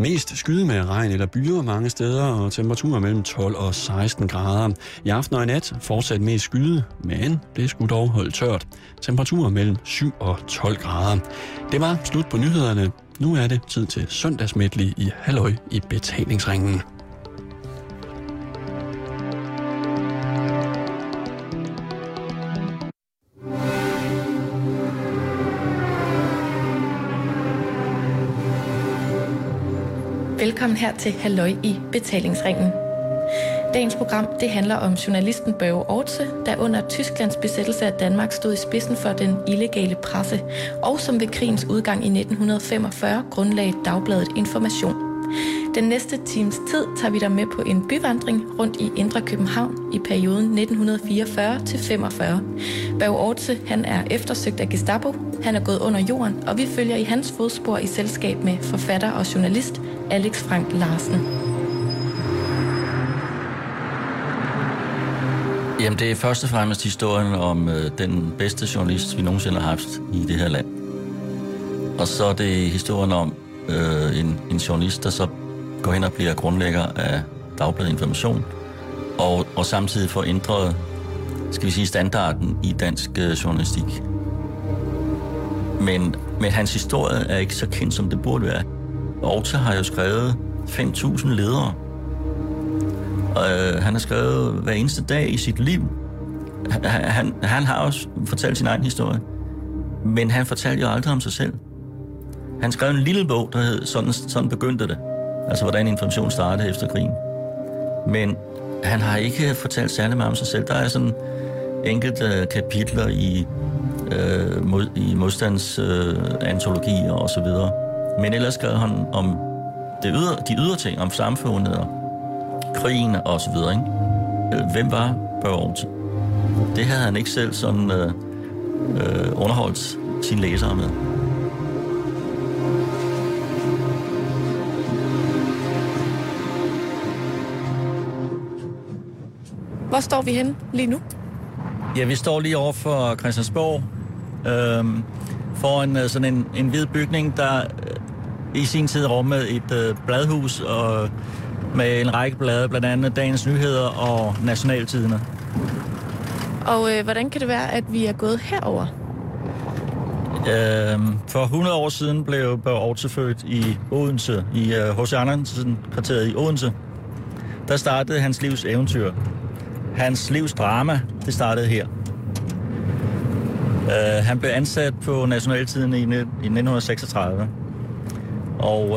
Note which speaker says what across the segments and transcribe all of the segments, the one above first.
Speaker 1: Mest skyde med regn eller byer mange steder, og temperaturer mellem 12 og 16 grader. I aften og i nat fortsat mest skyde, men det skulle dog holde tørt. Temperaturer mellem 7 og 12 grader. Det var slut på nyhederne. Nu er det tid til søndagsmedley i Halløj i betalingsringen.
Speaker 2: Velkommen her til Halløj i betalingsringen. Dagens program det handler om journalisten Børge Ortze, der under Tysklands besættelse af Danmark stod i spidsen for den illegale presse, og som ved krigens udgang i 1945 grundlagde Dagbladet Information. Den næste times tid tager vi dig med på en byvandring rundt i Indre København i perioden 1944 til 45. Børge Ortze, han er eftersøgt af Gestapo, han er gået under jorden, og vi følger i hans fodspor i selskab med forfatter og journalist Alex Frank Larsen.
Speaker 3: Jamen, det er først og fremmest historien om den bedste journalist, vi nogensinde har haft i det her land. Og så er det historien om en journalist, der så går hen og bliver grundlægger af Dagbladet Information, og samtidig får ændret, skal vi sige, standarden i dansk journalistik. Men hans historie er ikke så kendt, som det burde være. Ortze har jo skrevet 5.000 ledere. Han har skrevet hver eneste dag i sit liv. Han har også fortalt sin egen historie. Men han fortalte jo aldrig om sig selv. Han skrev en lille bog, der hed Sådan begyndte det. Altså, hvordan information startede efter krigen. Men han har ikke fortalt særlig meget om sig selv. Der er sådan enkelte kapitler i modstandsantologier og så videre. Men ellers skrev han om de ydre ting, om samfundet og krigen og så videre, ikke? Hvem var Børge Ortze? Det havde han ikke selv sådan underholdt sine læsere med.
Speaker 2: Hvor står vi henne lige nu?
Speaker 3: Ja, vi står lige over for Christiansborg, foran sådan en hvid bygning, der i sin tid rummede et bladhus og med en række blade, blandt andet Dagens Nyheder og Nationaltidene.
Speaker 2: Og hvordan kan det være, at vi er gået herover?
Speaker 3: For 100 år siden blev Børge Ortze født i Odense, i H.C. Andersen-kvarteret i Odense. Der startede hans livs eventyr. Hans livs drama, det startede her. Han blev ansat på Nationaltiden i 1936. Og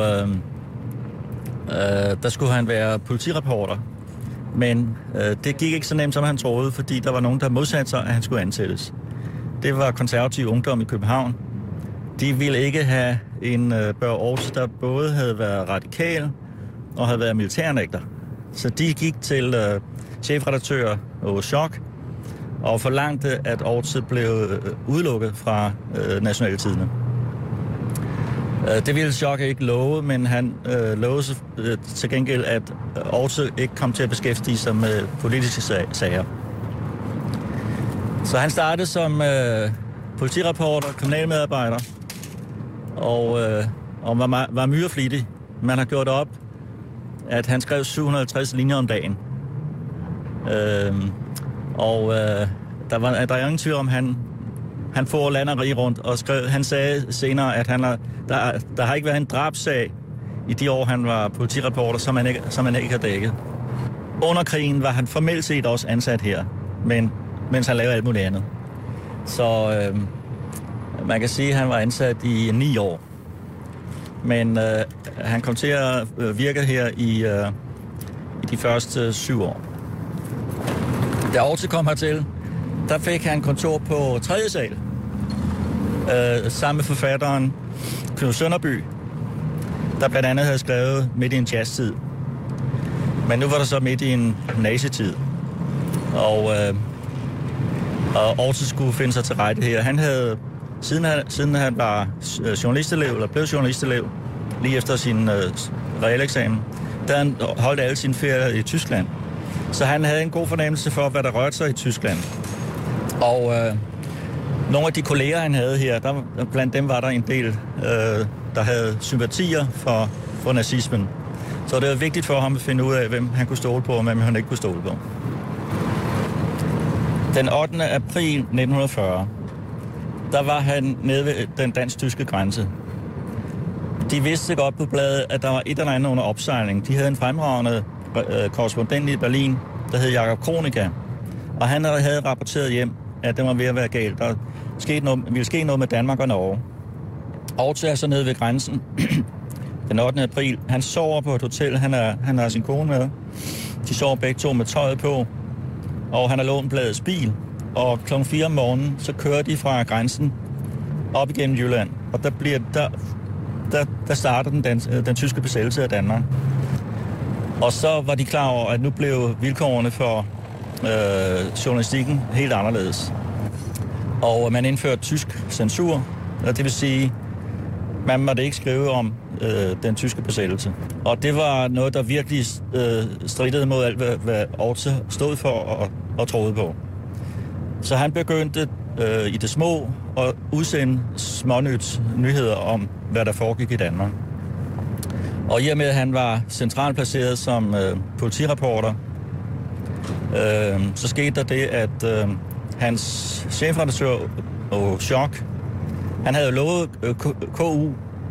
Speaker 3: der skulle han være politireporter. Men det gik ikke så nemt, som han troede, fordi der var nogen, der modsatte sig, at han skulle ansættes. Det var konservativ ungdom i København. De ville ikke have en Børge Ortze, der både havde været radikal og havde været militærnægter. Så de gik til chefredaktør Aage Schock og forlangte, at Ortze blev udelukket fra Nationaltidene. Det ville Schock ikke love, men han lovede til gengæld, at Ortze ikke kom til at beskæftige sig med politiske sager. Så han startede som politireporter, kriminalmedarbejder, og var myreflittig. Man har gjort op, at han skrev 750 linjer om dagen. Der er ingen tvivl om, han får land og rige rundt, og han sagde senere, at der har ikke været en drabsag i de år, han var politireporter, som han ikke har dækket. Under krigen var han formelt set også ansat her, mens han lavede alt muligt andet. Så man kan sige, at han var ansat i 9 år. Men han kom til at virke her i de første 7 år. Da Ortze kom hertil, der fik han kontor på 3. sal, sammen med forfatteren Knud Sønderby, der blandt andet havde skrevet Midt i en jazztid. Men nu var der så midt i en nazitid, og Ortze skulle finde sig til rette her. Han havde, siden han var journalistelev, eller blev journalistelev, lige efter sin realeksamen, der han holdt alle sine ferier i Tyskland. Så han havde en god fornemmelse for, hvad der rørte sig i Tyskland. Og nogle af de kolleger, han havde her, blandt dem var der en del, der havde sympatier for nazismen. Så det var vigtigt for ham at finde ud af, hvem han kunne stole på, og hvem han ikke kunne stole på. Den 8. april 1940, der var han nede ved den dansk-tyske grænse. De vidste godt på bladet, at der var et eller andet under opsejling. De havde en fremragende korrespondent i Berlin, der hed Jakob Kronika. Og han havde rapporteret hjem, at det var ved at være galt. Der ville ske noget med Danmark og Norge. Orte er så nede ved grænsen den 8. april. Han sover på et hotel. Han har sin kone med. De sover begge to med tøjet på. Og han har lånt bladets bil. Og kl. 4 om morgenen, så kører de fra grænsen op igennem Jylland. Og der starter den tyske besættelse af Danmark. Og så var de klar over, at nu blev vilkårene for journalistikken helt anderledes. Og man indførte tysk censur, og det vil sige, man måtte ikke skrive om den tyske besættelse. Og det var noget, der virkelig stridede mod alt, hvad Orte stod for og troede på. Så han begyndte i det små at udsende nyheder om, hvad der foregik i Danmark. Og i og med, at han var centralt placeret som politireporter, så skete der det, at hans chefredaktør og Schock, han havde lovet KU,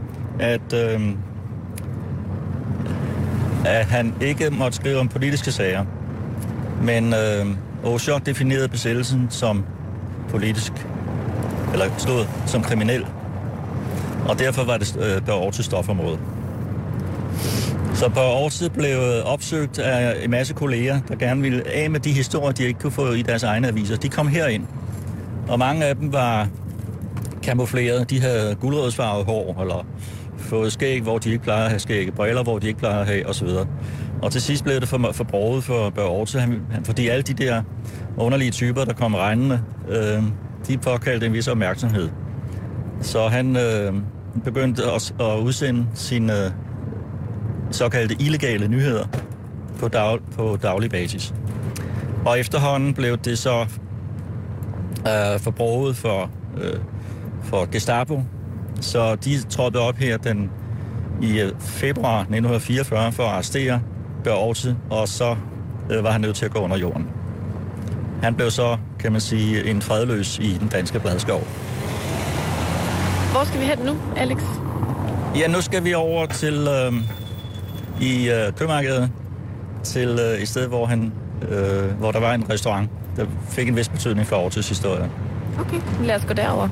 Speaker 3: at han ikke måtte skrive om politiske sager. Men Schock definerede besættelsen som politisk, eller stod som kriminel. Og derfor var det Børge Ortes stofområde. Så Børge Orte blev opsøgt af en masse kolleger, der gerne ville af med de historier, de ikke kunne få i deres egne aviser. De kom herind, og mange af dem var kamufleret. De havde guldrødsfarvet hår, eller fået skæg, hvor de ikke plejer at have skæg, briller, hvor de ikke plejer at have, osv. Og til sidst blev det for broget for Børge Orte, fordi alle de der underlige typer, der kom regnende, de påkaldte en vis opmærksomhed. Så han begyndte at udsende sine såkaldte illegale nyheder på daglig basis. Og efterhånden blev det så forbruget for Gestapo, så de trådte op her i februar 1944 for at arrestere Børge Orte, og så var han nødt til at gå under jorden. Han blev så, kan man sige, en fredløs i den danske bladskov.
Speaker 2: Hvor skal vi hen nu, Alex?
Speaker 3: Ja, nu skal vi over til i Købmagergade til et sted, hvor der var en restaurant, der fik en vis betydning for Ortes historie.
Speaker 2: Okay, lad os gå derover.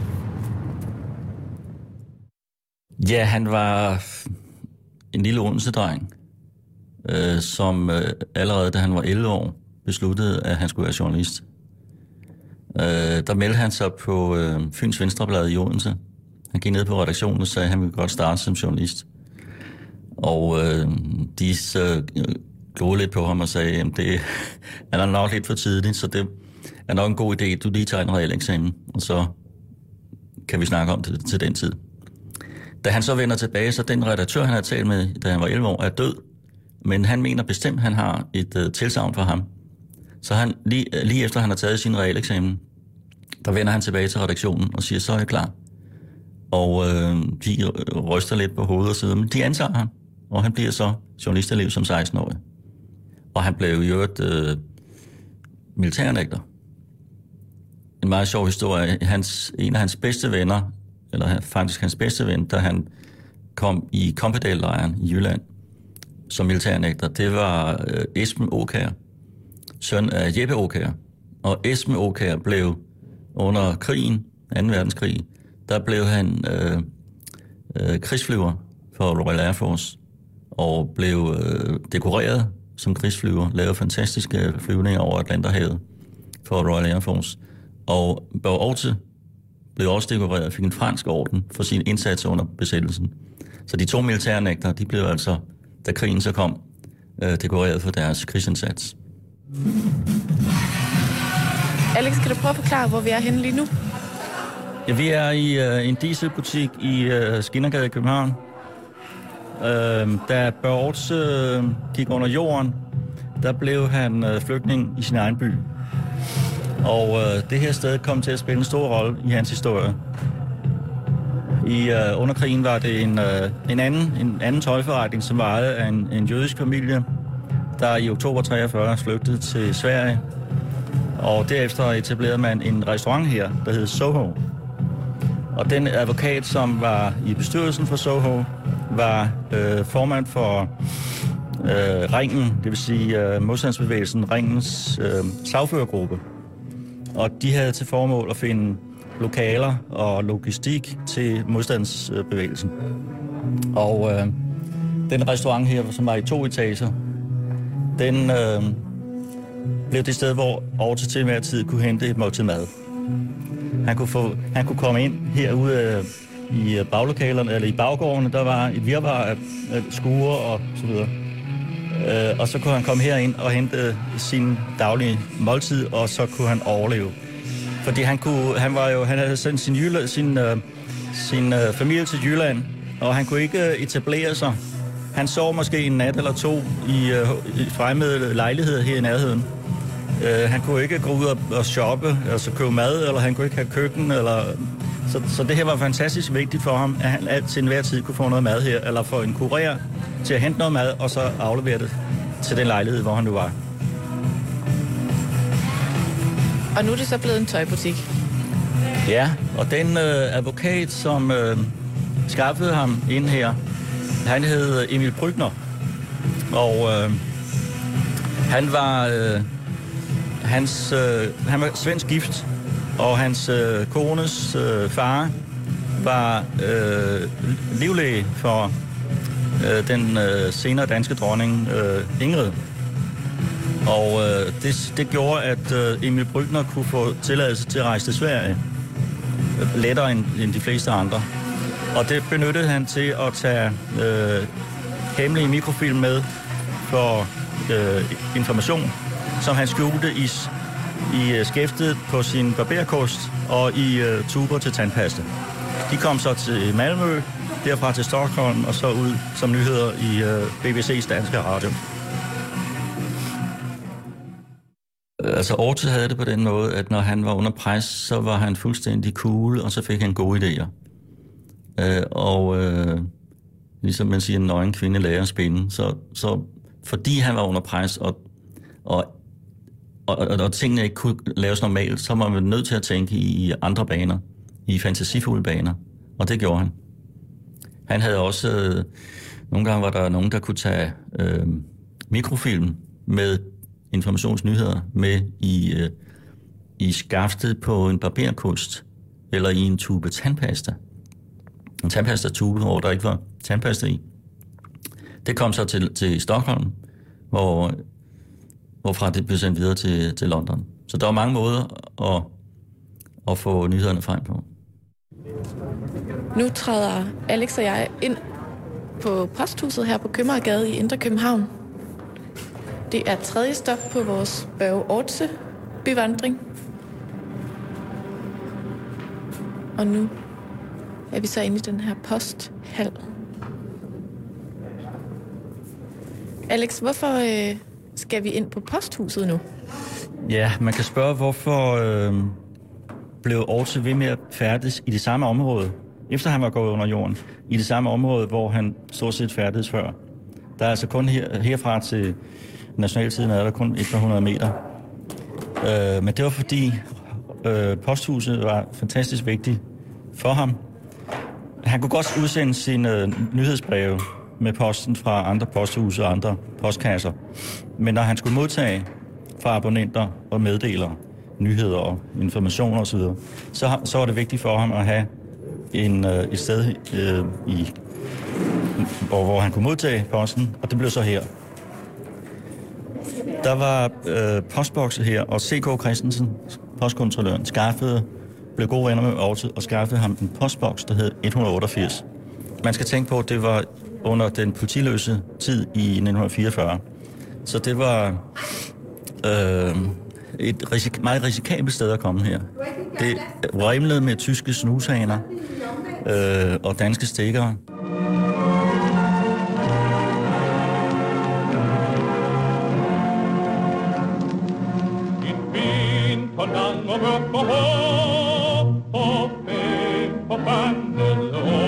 Speaker 3: Ja, han var en lille Odense-dreng, som allerede da han var 11 år besluttede, at han skulle være journalist. Der meldte han sig på Fyns Venstreblad i Odense. Han gik ned på redaktionen og sagde, at han ville godt starte som journalist. Og de glodede lidt på ham og sagde, at det er nok lidt for tidligt, så det er nok en god idé, at du lige tager en reel eksamen, og så kan vi snakke om det til den tid. Da han så vender tilbage, så den redaktør, han havde talt med, da han var 11 år, er død. Men han mener bestemt, at han har et tilsagn for ham. Så han, lige efter han har taget sin realeksamen, der vender han tilbage til redaktionen og siger, så er jeg klar. Og de ryster lidt på hovedet og sidder, men de antager ham. Og han bliver så journalistelev som 16-årig. Og han blev i øvrigt militærnægter. En meget sjov historie. En af hans bedste venner, eller faktisk hans bedste ven, da han kom i Kompedal-lejren i Jylland som militærnægter, det var Esben Aakjær, søn af Jeppe Aakjær. Og Esben Aakjær blev under krigen, 2. verdenskrig, der blev han krigsflyver for Royal Air Force, og blev dekoreret som krigsflyver, lavede fantastiske flyvninger over Atlanterhavet for Royal Air Force. Og Børge Orte blev også dekoreret og fik en fransk orden for sin indsats under besættelsen. Så de to militærnægter, de blev altså, da krigen så kom, dekoreret for deres krigsindsats.
Speaker 2: Alex, kan du prøve at forklare, hvor vi er henne lige nu?
Speaker 3: Ja, vi er i en dieselbutik i Skindergade i København. Da Børge Orte gik under jorden, der blev han flygtning i sin egen by. Og det her sted kom til at spille en stor rolle i hans historie. Under krigen var det en anden tøjforretning, som var ejet af en jødisk familie, der i oktober 43 flygtede til Sverige. Og derefter etablerede man en restaurant her, der hed Soho. Og den advokat, som var i bestyrelsen for Soho, var formand for Ringen, det vil sige modstandsbevægelsen, Ringens sagførergruppe. Og de havde til formål at finde lokaler og logistik til modstandsbevægelsen. Og den restaurant her, som var i 2 etager, den blev det sted, hvor Orte til enhver tid kunne hente et måltid mad. Han kunne komme ind herude i baglokalerne, eller i baggårdene, der var et virvar af skure og så videre. Og så kunne han komme herind og hente sin daglige måltid, og så kunne han overleve. Fordi han havde sendt sin familie til Jylland, og han kunne ikke etablere sig. Han sov måske en nat eller 2 i fremmede lejligheder her i nærheden. Han kunne ikke gå ud og shoppe, altså købe mad, eller han kunne ikke have køkken. Så det her var fantastisk vigtigt for ham, at han altid til enhver tid kunne få noget mad her, eller få en kurer til at hente noget mad, og så aflevere det til den lejlighed, hvor han nu var.
Speaker 2: Og nu er det så blevet en tøjbutik.
Speaker 3: Ja, og den advokat, som skaffede ham ind her, han hed Emil Brygner. Og han var svensk gift, og hans kones far var livlæge for den senere danske dronning Ingrid. Og det gjorde, at Emil Brygner kunne få tilladelse til at rejse til Sverige lettere end de fleste andre. Og det benyttede han til at tage hemmelige mikrofilm med for information, som han skjulte i skæftet på sin barberkost og i tuber til tandpasta. De kom så til Malmø, derfra til Stockholm og så ud som nyheder i BBC's danske radio. Altså Orte havde det på den måde, at når han var under pres, så var han fuldstændig cool, og så fik han gode idéer. Ligesom man siger, en nøgen kvinde lærer at spinde. Så fordi han var under pres, og tingene ikke kunne laves normalt, så var man nødt til at tænke i andre baner, i fantasifulde baner. Og det gjorde han. Han havde også, nogle gange var der nogen, der kunne tage mikrofilm med informationsnyheder med i skaftet på en barberkost, eller i en tube tandpasta. En tandpasta-tube, hvor der ikke var tandpasta i. Det kom så til Stockholm, hvorfra det blev sendt videre til London. Så der var mange måder at få nyhederne frem på.
Speaker 2: Nu træder Alex og jeg ind på posthuset her på Købmagergade i Indre København. Det er 3. stop på vores Børge Orte bevandring. Og nu er vi så inde i den her posthal. Alex, hvorfor skal vi ind på posthuset nu?
Speaker 3: Ja, man kan spørge, hvorfor blev Orte ved med at færdes i det samme område, efter han var gået under jorden, i det samme område, hvor han stort set færdedes før. Der er altså kun herfra til nationaltiden er der kun 100 meter. Men det var fordi posthuset var fantastisk vigtigt for ham. Han kunne godt udsende sine nyhedsbreve med posten fra andre posthuse og andre postkasser. Men når han skulle modtage fra abonnenter og meddelere nyheder og informationer osv., så var det vigtigt for ham at have et sted, hvor han kunne modtage posten, og det blev så her. Der var postbokse her, og C.K. Christensen, postkontrolløren, blev gode venner med Orte og skaffede ham en postboks, der hed 188. Man skal tænke på, at det var under den politiløse tid i 1944. Så det var et meget risikabelt sted at komme her. Det vrimlede med tyske snushaner og danske stikkere.
Speaker 4: På lang og mørk og hård, og fem forbandet år.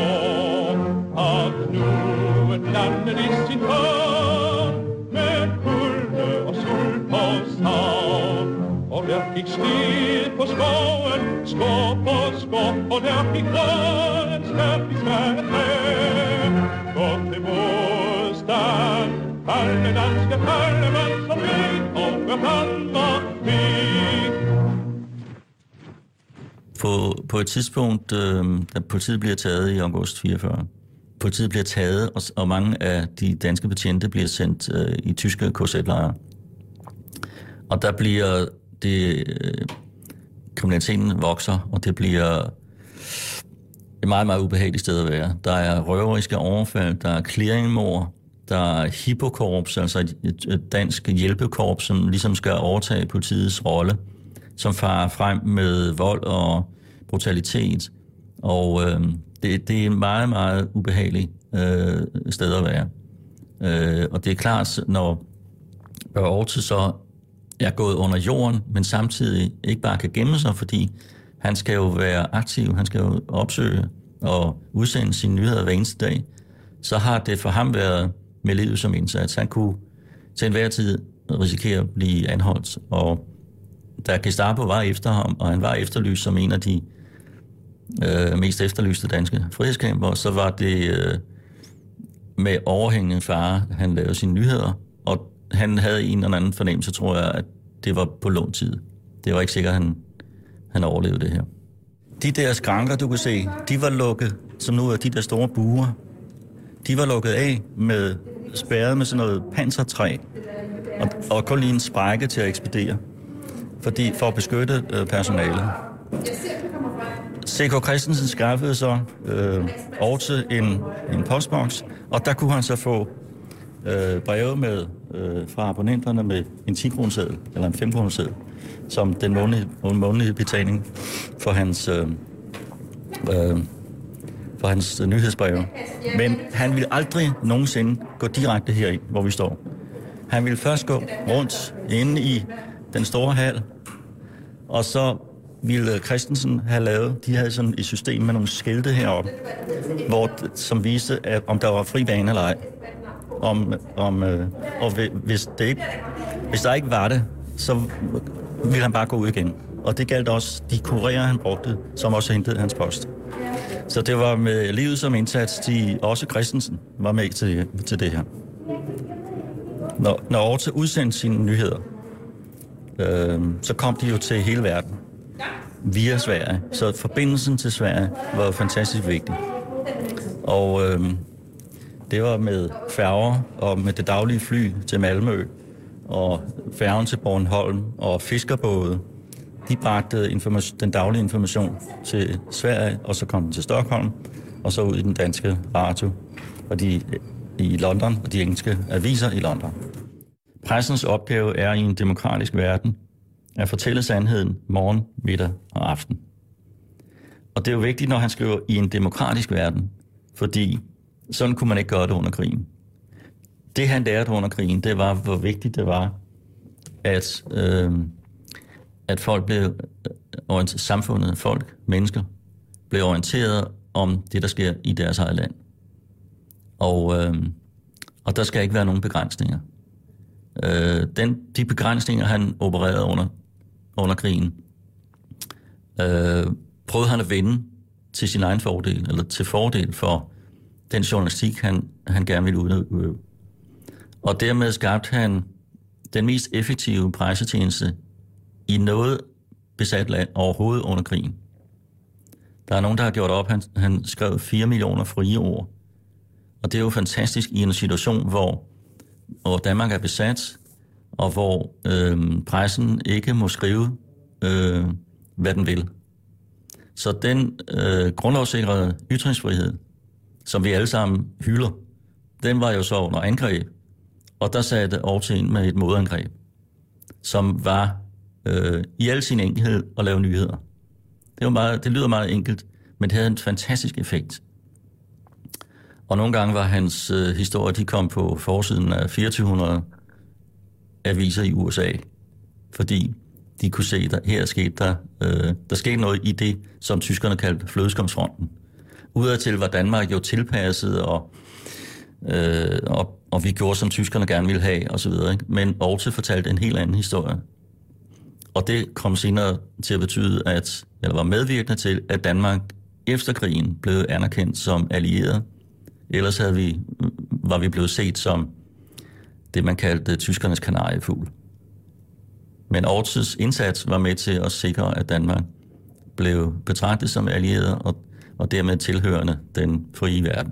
Speaker 4: spist sin hørn med kulde og sult og savn. Og der gik sted på skoven, skår på skår, og der gik grøn skab i svære træ. Gå til modstand, alle danske parlament som ved over Danmark fik.
Speaker 3: På et tidspunkt, da politiet bliver taget i august 44, politiet bliver taget, og mange af de danske betjente bliver sendt i tyske KZ-lejre. Og der bliver kriminaliteten vokser, og det bliver et meget, meget ubehageligt sted at være. Der er røveriske overfald, der er clearingmord, der er Hippokorps, altså et dansk hjælpekorps, som ligesom skal overtage politiets rolle, som farer frem med vold og brutalitet. Og det er meget, meget ubehageligt sted at være. Og det er klart, når Børge Orte så er gået under jorden, men samtidig ikke bare kan gemme sig, fordi han skal jo være aktiv, han skal jo opsøge og udsende sine nyheder hver eneste dag, så har det for ham været med livet som indsats. Han kunne til enhver tid risikere at blive anholdt, og da Gestapo var efter ham, og han var efterlyst som en af de mest efterlyste danske frihedskæmpere, så var det med overhængende fare, han lavede sine nyheder, og han havde en eller anden fornemmelse, tror jeg, at det var på lånt tid. Det var ikke sikkert, at han overlevede det her. De der skranker, du kan se, de var lukket, som nu er de der store buer, de var lukket af med spærret med sådan noget pansertræ, og kun lige en sprække til at ekspedere, for at beskytte personalet. C.K. Christensen skaffede så Orte en postboks, og der kunne han så få breve med, fra abonnenterne med en 10-kroneseddel eller en 5-kroneseddel, som den månedlige betaling for hans nyhedsbreve. Men han ville aldrig nogensinde gå direkte herind, hvor vi står. Han ville først gå rundt inde i den store hal, og så ville Christensen have lavet, de havde sådan et system med nogle skilte heroppe, som viste, om der var fri bane eller ej. Og hvis der ikke var det, så ville han bare gå ud igen. Og det galt også de kurerer, han brugte, som også hentede hans post. Så det var med livet som indsats, også Christensen var med til det her. Når Orte udsendte sine nyheder, så kom de jo til hele verden via Sverige. Så forbindelsen til Sverige var fantastisk vigtig. Og det var med færger og med det daglige fly til Malmø og færgen til Bornholm og fiskerbåde. De bragte den daglige information til Sverige, og så kom den til Stockholm, og så ud i den danske radio og i London og de engelske aviser i London. Pressens opgave er i en demokratisk verden at fortælle sandheden morgen, middag og aften. Og det er jo vigtigt, når han skriver i en demokratisk verden, fordi sådan kunne man ikke gøre det under krigen. Det han lærte under krigen, det var, hvor vigtigt det var, at folk blev samfundet, mennesker, blev orienteret om det, der sker i deres eget land. Og der skal ikke være nogen begrænsninger. De begrænsninger, han opererede under krigen, prøvede han at vende til sin egen fordel, eller til fordel for den journalistik, han gerne ville udøve. Og dermed skabte han den mest effektive pressetjeneste i noget besat land overhovedet under krigen. Der er nogen, der har gjort op, han skrev 4 millioner frie ord. Og det er jo fantastisk i en situation, hvor Danmark er besat, og hvor pressen ikke må skrive, hvad den vil. Så den grundlovssikrede ytringsfrihed, som vi alle sammen hylder, den var jo så under angreb. Og der satte Orte ind med et modangreb, som var i al sin enkelhed at lave nyheder. Det lyder meget enkelt, men det havde en fantastisk effekt. Og nogle gange var hans historier, de kom på forsiden af 2400 aviser i USA, fordi de kunne se, at her skete der skete noget i det, som tyskerne kaldte flødeskumsfronten. Udadtil var Danmark jo tilpasset og Og vi gjorde, som tyskerne gerne ville have, og så videre. Ikke? Men Orte fortalte en helt anden historie. Og det kom senere til at betyde, eller var medvirkende til, at Danmark efter krigen blev anerkendt som allieret. Ellers var vi blevet set som det, man kaldte tyskernes kanariefugl. Men Ortes indsats var med til at sikre, at Danmark blev betragtet som allieret og dermed tilhørende den frie verden.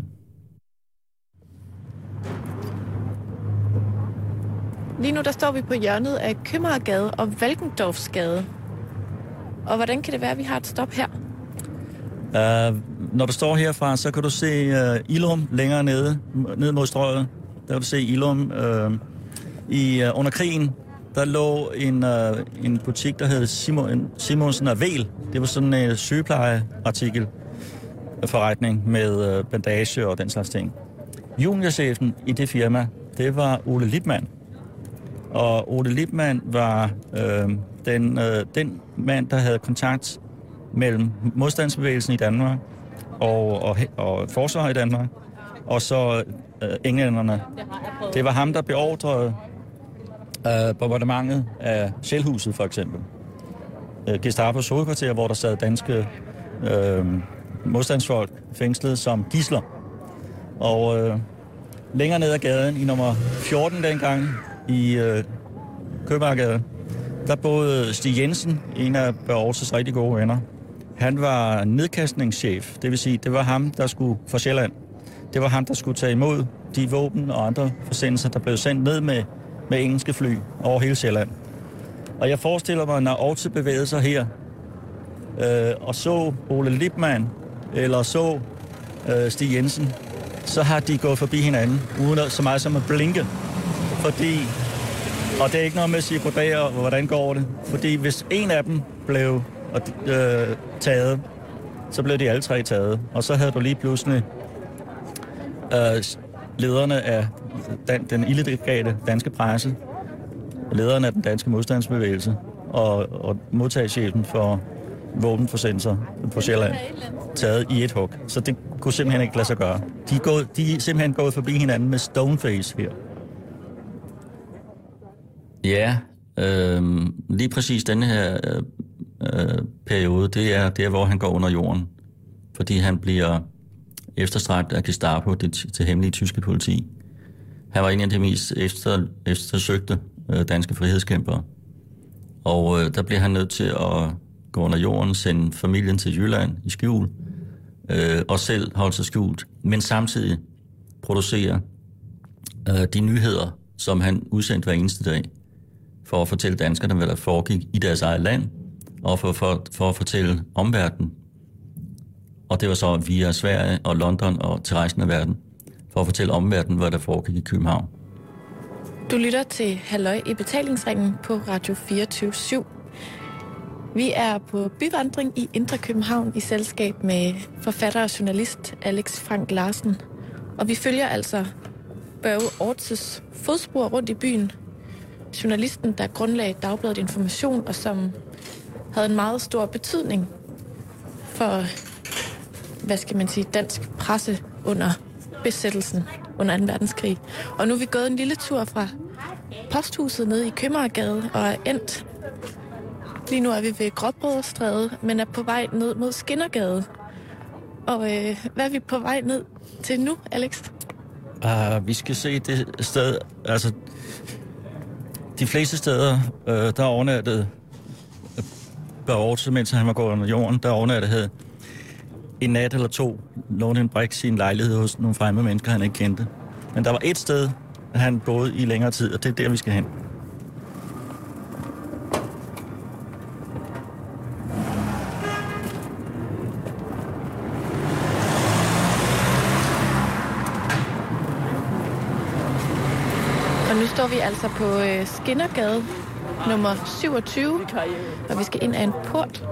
Speaker 2: Lige nu der står vi på hjørnet af Købmagergade og Valkendorfsgade. Og hvordan kan det være, at vi har et stop her?
Speaker 3: Når du står herfra, så kan du se Illum længere ned mod strøget. Der kan du se Illum. Under krigen, der lå en butik, der hed Simonsen og Vel. Det var sådan en sygeplejeartikel forretning med bandage og den slags ting. Juniorchefen i det firma, det var Ole Lippmann. Og Ole Lippmann var den mand, der havde kontakt mellem modstandsbevægelsen i Danmark og forsvaret i Danmark, og så englænderne. Det var ham, der beordrede bombardementet af Shellhuset, for eksempel. Gestapos hovedkvarter, hvor der sad danske modstandsfolk fængslet som gidsler. Og længere ned ad gaden, i nummer 14 dengang, i Købmagergade, der boede Stig Jensen, en af Ortes rigtig gode venner. Han var nedkastningschef, det vil sige, det var ham, der skulle fra Sjælland. Det var ham, der skulle tage imod de våben og andre forsendelser, der blev sendt ned med engelske fly over hele Sjælland. Og jeg forestiller mig, når Orte bevægede sig her, og så Ole Lippmann, eller så Stig Jensen, så har de gået forbi hinanden, uden så meget som at blinke. Fordi, og det er ikke noget med at sige goddag og hvordan går det, fordi hvis en af dem blev taget, så blev de alle tre taget. Og så havde du lige pludselig lederne af den illegale danske presse, lederne af den danske modstandsbevægelse og modtagschefen for våbenforsendelser på Sjælland taget i et hug. Så det kunne simpelthen ikke lade sig gøre. De er simpelthen gået forbi hinanden med stoneface her. Ja, lige præcis denne her periode, det er, hvor han går under jorden. Fordi han bliver efterstræbt af Gestapo, det hemmelige tyske politi. Han var en af de mest eftersøgte danske frihedskæmpere. Og der bliver han nødt til at gå under jorden, sende familien til Jylland i skjul, og selv holde sig skjult, men samtidig producere de nyheder, som han udsendte hver eneste dag, for at fortælle danskerne, hvad der foregik i deres eget land, og for at fortælle omverdenen. Og det var så via Sverige og London og til resten af verden, for at fortælle omverdenen, hvad der foregik i København.
Speaker 2: Du lytter til Halløj i betalingsringen på Radio 24/7. Vi er på byvandring i Indre København i selskab med forfatter og journalist Alex Frank Larsen. Og vi følger altså Børge Ortes fodspor rundt i byen. Journalisten, der grundlagde Dagbladet Information, og som havde en meget stor betydning for, dansk presse under besættelsen under 2. verdenskrig. Og nu er vi gået en lille tur fra posthuset nede i Købmagergade og er endt. Lige nu er vi ved Gråbrødrestræde, men er på vej ned mod Skindergade. Og hvad er vi på vej ned til nu, Alex?
Speaker 3: Vi skal se det sted, altså de fleste steder, der overnattede Børge, mens han var gået under jorden, der overnattede en nat eller to, lånte en brik sin lejlighed hos nogle fremmede mennesker, han ikke kendte. Men der var et sted, han boede i længere tid, og det er der, vi skal hen.
Speaker 2: Og nu står vi altså på Skindergade nummer 27, og vi skal ind af en port.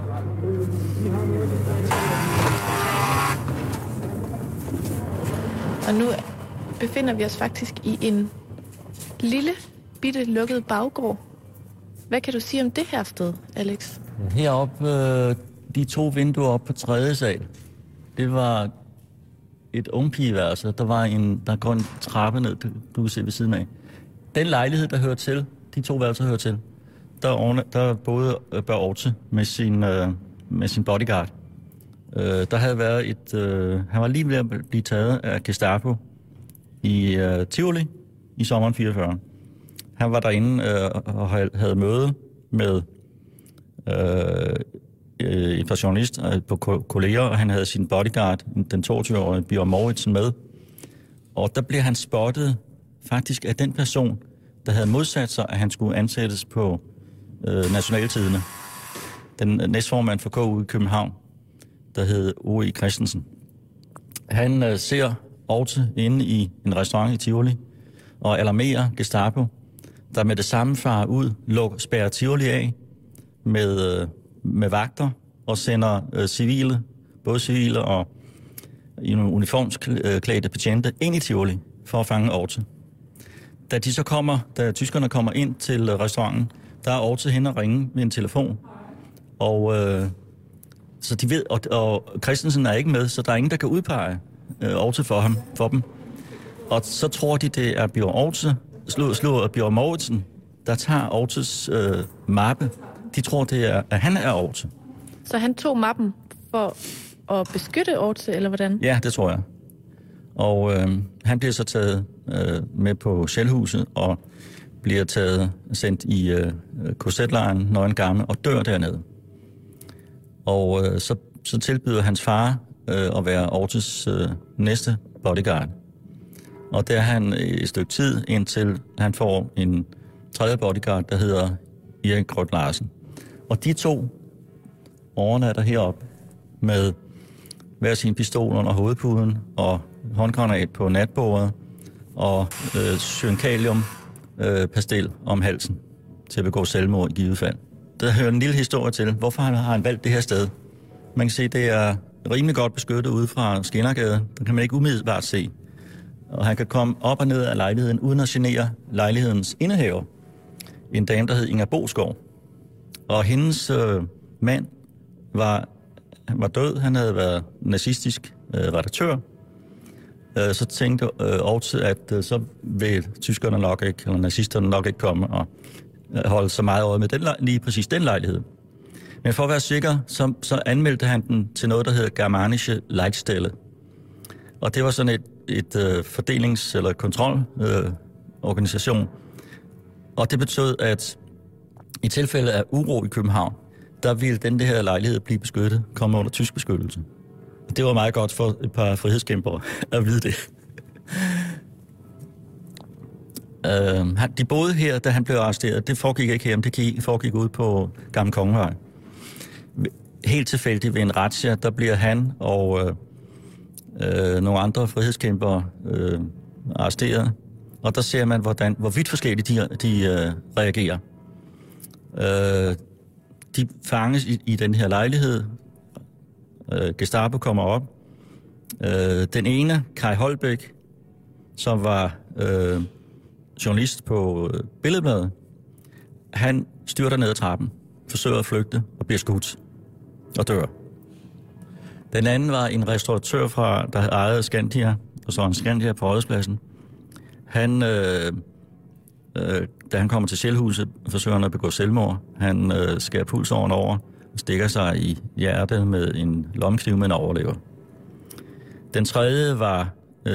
Speaker 2: Og nu befinder vi os faktisk i en lille, bitte lukket baggård. Hvad kan du sige om det her sted, Alex?
Speaker 3: Heroppe, de 2 vinduer op på 3. sal, det var et ungpigeværelse. Der går en trappe ned, du kan se ved siden af. Den lejlighed, der hører til, de 2 værelser hører til, der boede Børge Orte med sin bodyguard. Der havde været han var lige ved at blive taget af Gestapo i Tivoli i sommeren 44. Han var derinde og havde møde med et par journalister på kolleger, og han havde sin bodyguard, den 22-årige Bjørn Mouritsen, med. Og der blev han spottet faktisk af den person, der havde modsat sig, at han skulle ansættes på Nationaltidene. Den næstformand for KU i København, der hed O.E. Christensen. Han ser Orte inde i en restaurant i Tivoli og alarmerer Gestapo, der med det samme farer ud, spærrer Tivoli af med vagter og sender både civile og uniformsklædte betjente ind i Tivoli for at fange Orte. Da tyskerne kommer ind til restauranten, der er Orte hen og ringe med en telefon. Og så de ved, og Christensen er ikke med, så der er ingen, der kan udpege Orte for dem. Og så tror de, det er Bjørn Orte, slår Bjørn Mouritsen, der tager Ortes mappe. De tror, at han er Orte.
Speaker 2: Så han tog mappen for at beskytte Orte, eller hvordan?
Speaker 3: Ja, det tror jeg. Og han bliver så taget med på Shellhuset og bliver sendt i KZ-lejren Neuengamme og dør dernede. Og så tilbyder hans far at være Ortes næste bodyguard. Og der er han et stykke tid, indtil han får en tredje bodyguard, der hedder Erik Grøt Larsen. Og de 2 overnatter heroppe med hver sin pistol under hovedpuden og håndgranat på natbordet og synkalium-pastil om halsen til at begå selvmord i givet fald. Der hører en lille historie til, hvorfor har han valgt det her sted. Man kan se, det er rimelig godt beskyttet ude fra Skinnergade. Der kan man ikke umiddelbart se. Og han kan komme op og ned af lejligheden, uden at genere lejlighedens indehaver. En dame, der hed Inger Boskov. Og hendes mand var død. Han havde været nazistisk redaktør. Så tænkte Orte, at så vil tyskerne nok ikke, eller nazisterne nok ikke komme og holde så meget øje med lige præcis den lejlighed. Men for at være sikker, så anmeldte han den til noget, der hedder Germanische Leitstelle. Og det var sådan et fordelings- eller kontrolorganisation. Og det betød, at i tilfælde af uro i København, der ville den her lejlighed blive beskyttet, komme under tysk beskyttelse. Det var meget godt for et par frihedskæmpere at vide det. De boede her, da han blev arresteret. Det foregik ikke her, men det foregik ud på Gamle Kongevej. Helt tilfældigt ved en razzia, der bliver han og nogle andre frihedskæmpere arresteret. Og der ser man, hvor vidt forskelligt de reagerer. De fanges i den her lejlighed. Gestapo kommer op. Den ene, Kai Holbæk, som var journalist på Billedbladet, han styrter ned ad trappen, forsøger at flygte og bliver skudt og dør. Den anden var en restauratør, der ejede Scandia, og så en Scandia på Rådhuspladsen. Han, da han kommer til Shellhuset, forsøger han at begå selvmord. Han skærer pulsåren over og stikker sig i hjertet med en lommekniv med en overlever. Den tredje var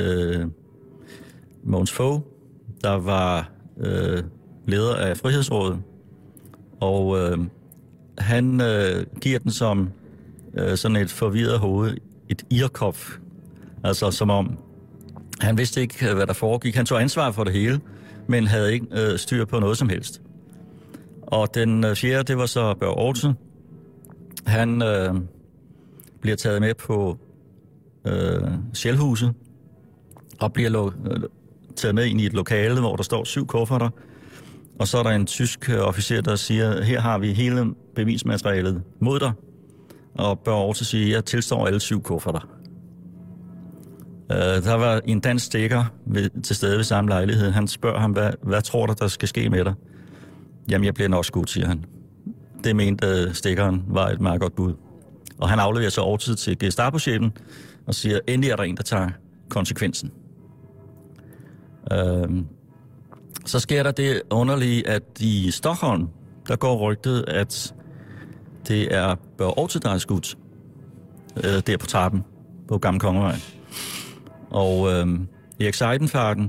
Speaker 3: Mogens Fogh, der var leder af Frihedsrådet, og han giver den som sådan et forvirret hoved, et irkopf, altså som om han vidste ikke, hvad der foregik. Han tog ansvar for det hele, men havde ikke styr på noget som helst. Og den fjerde, det var så Børge Orte. Han bliver taget med på Shellhuset og bliver taget med ind i et lokale, hvor der står 7 kufferter. Og så er der en tysk officer, der siger, her har vi hele bevismaterialet mod dig. Og Børge Orte siger, jeg tilstår alle 7 kufferter. Der var en dansk stikker til stede ved samme lejlighed. Han spørger ham, hvad tror du, der skal ske med dig? Jamen, jeg bliver nok skudt, siger han. Det mente stikkeren var et meget godt bud. Og han afleverer så Orte til Gestapo-chefen og siger, endelig er der en, der tager konsekvensen. Så sker der det underlige, at i Stockholm, der går rygtet, at det er Børge Orte, der er skudt der på trappen på Gamle Kongevej. Og Erik Seidenfaden